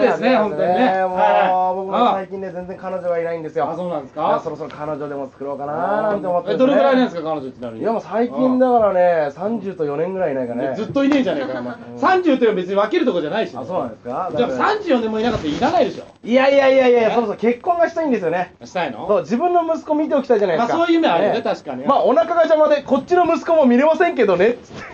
ですね、本当にね。 もう僕も最近ね、全然彼女がいないんですよ。 あ、そうなんですか。 そろそろ彼女でも作ろうかななんて思って。 どれぐらいなんですか、彼女ってなる。 いやもう最近だからね、30と4年ぐらいいないかね。 ずっといねえじゃねえか、お前。30と4別に分けるとこじゃないし。 あ、そうなんですか。 じゃあ34年もいなかったらいらないでしょ。 いやいやいやいや、そろそろ結婚がしたいんですよね。 したいの？ そう、自分の息子見ておきたいじゃないですか。 まあそういう夢あるね、確かに。 まあお腹が邪魔でこっちの息子も見れませんけどねっつって。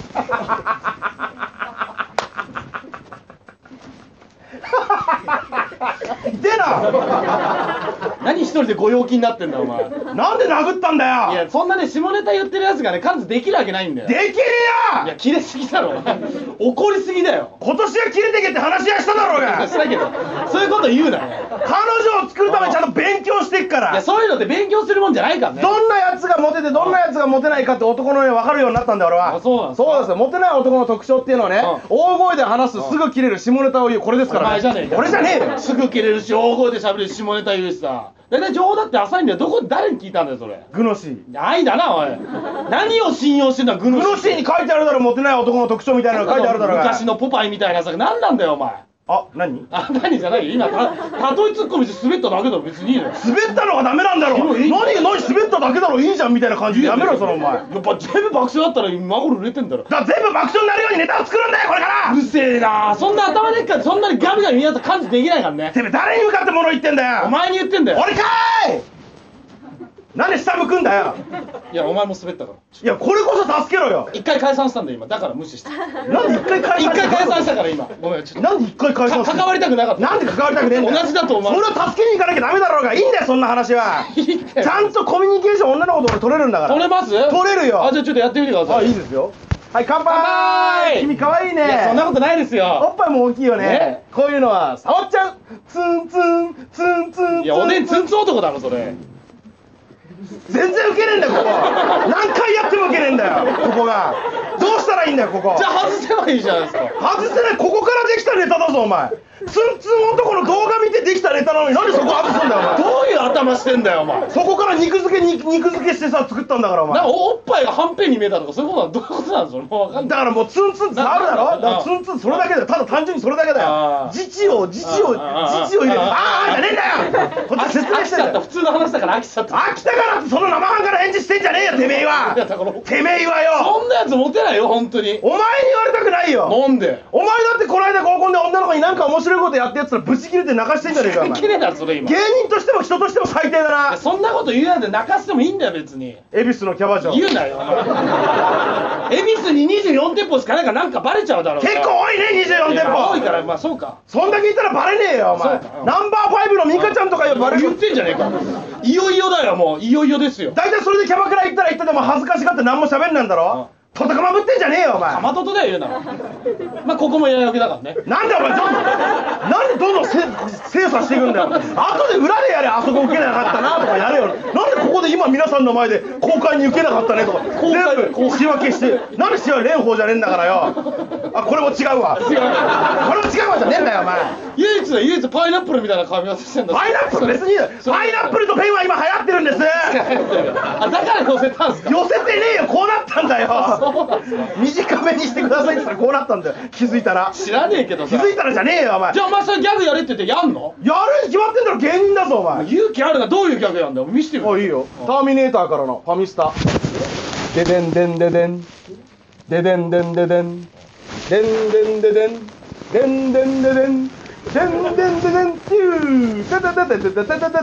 痛えな。 何一人でご陽気になってんだお前。 なんで殴ったんだよ。 いやそんなね下ネタ言ってるやつがね数できるわけないんだよ。 できるよ。 いや切れすぎだろお前。怒りすぎだよ。 今年は切れてけって話はしただろうが。 したけどそういうこと言うなよ。 彼女を作るためにちゃんと勉強してっから。 いやそういうのって勉強するもんじゃないからね。 どんなやつがモテてどんなやつがモテないかって男のね分かるようになったんだよ俺は。 あ、そうなんですか。 そうですよ。モテない男の特徴っていうのはね、大声で話すすぐ切れる下ネタを言うこれですからね。 お前じゃねえか。 俺じゃねえよ。 すぐ切れるし大声で喋るし下ネタ言うしさ。大体情報だって浅いんだよ。どこで誰に聞いたんだよそれ。 グノシー。 愛だなおい。何を信用してんだグノシー。 グノシーに書いてあるだろ。モテない男の特徴みたいなの書いてあるだろうが。 昔のポパイみたいなさ何なんだよお前。 あ、何？ あ、何じゃないよ。今例えツッコミして滑っただけだろ。別にいいのよ。 滑ったのがダメなんだろ。何滑っただけだろ。いいじゃんみたいな感じでやめろそのお前。 やっぱ全部爆笑だったら今頃売れてんだろ。 だから全部爆笑になるようにネタを作るんだよこれから。 うるせえな。そんな頭でっかでそんなにガビガビ皆さん感知できないからね。 てめえ誰に向かって物言ってんだよ。 お前に言ってんだよ。 俺かーい。なんで下向くんだよ。 いやお前も滑ったから。 いやこれこそ助けろよ。 一回解散したんだよ今。だから無視して。 なんで一回解散したから今。ごめんちょっと。 なんで一回解散した。 関わりたくなかった。 なんで関わりたくねえんだよ。 同じだと思う。 それを助けに行かなきゃダメだろうが。いいんだよそんな話は。ちゃんとコミュニケーション女の子と俺取れるんだから。 取れます？ 取れるよ。 あ、じゃあちょっとやってみてください。 あ、いいですよ。はい、乾杯。 乾杯。 君可愛いね。 いやそんなことないですよ。 おっぱいも大きいよね。こういうのは触っちゃう。ツンツンツンツン。 いやおでんツンツン男だろそれ。 全然ウケねえんだよここ。何回やってもウケねえんだよここが。どうしたらいいんだよここ。 じゃあ外せばいいじゃないですか。 外せない。ここからできたネタだぞお前。ツンツン男の動画見てできたネタなのになんでそこ外すんだよお前。 どういう頭してんだよお前。 そこから肉付けしてさ作ったんだからお前。 なんかおっぱいがはんぺんに見えたとかそういうことはどういうことなんですか。もう分かんない。 だからもうツンツンって触るだろ。だからツンツンそれだけだよ。ただ単純にそれだけだよ。自治を入れてああじゃねえんだよ。こっち説明してんだよ。 普通の話だから飽きちゃった。 飽きたからってその生半可な返事してんじゃねえよてめえは。てめえはよ。 そんなやつモテないよ本当に。 お前に言われたくないよ。 なんで？ お前だってこの間合コンで女の子になんか面白いことやってやつらブチ切れて泣かしてんじゃねえかお前。 綺麗だそれ今。 芸人としても人としても最低だな。 そんなこと言うなんて泣かせてもいいんだよ別に。 恵比寿のキャバ嬢。 言うなよお前。恵比寿に24店舗しかないからなんかバレちゃうだろ。 結構多いね24店舗。 多いからまあそうか。 そんだけいたらバレねえよお前。ナンバー5のミカちゃんとかバレる。 言ってんじゃねえか。いよいよだよもういよいよですよ。 大体それでキャバクラ行ったら行ったでも恥ずかしがって何も喋んなんだろ。とたかまぶってんじゃねえよお前。 かまととだよ言うなら。まあここもややけだからね。 なんでお前なんでどんどん精査していくんだよ。後で裏でやれあそこ受けなかったなとかやれよ。なんでここで今皆さんの前で公開に受けなかったねとか全部仕分けして。なんで仕分け蓮舫じゃねえんだからよ。あこれも違うわ。これも違うわじゃねえんだよお前。 唯一パイナップルみたいな髪型してんだ。 パイナップル別にパイナップルとペンは今流行ってるんです。 あだから寄せたんすか。 寄せてねえよこうなったんだよ。短めにしてくださいって言ったらこうなったんだよ。気づいたら。 知らねえけどさ。 気づいたらじゃねえよお前。 じゃあお前それギャグやれって言ってやんの？ やるに決まってんだろ。芸人だぞお前。 勇気あるな。どういうギャグやんだよ見せてよ。 いいよ。ターミネーターからのファミスタ。デデンデンデデンデデンデンデデンデンデンデデンデンデンデデンデンデンデデンテューテテテテテテテテテテテテテテテテテテ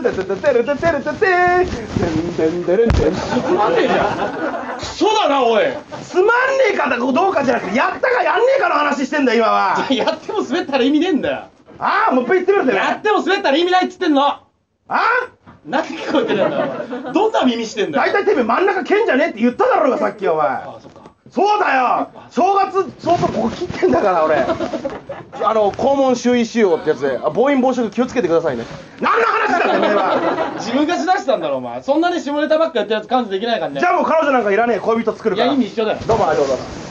デンデンデレンデン。 つまんねえじゃん。クソだなおい。 つまんねえかどうかじゃなくてやったかやんねえかの話してんだ今は。 やっても滑ったら意味ねえんだよ。 ああもう一回言ってみろって。 やっても滑ったら意味ないっつってんの。 ああ何聞こえてるんだよ。どんな耳してんだよ。 大体てめえ真ん中剣じゃねえって言っただろうがさっきお前。 あそっか。 そうだよ。正月相当ここ切ってんだから俺。肛門周囲腫瘍ってやつで暴飲暴食気をつけてくださいね。何の話だってめえは。 自分がしだしたんだろお前。そんなに下ネタばっかやってるやつ感知できないからね。 じゃあもう彼女なんかいらねえ。恋人作るから。 いや意味一緒だよ。 どうもありがとうございます。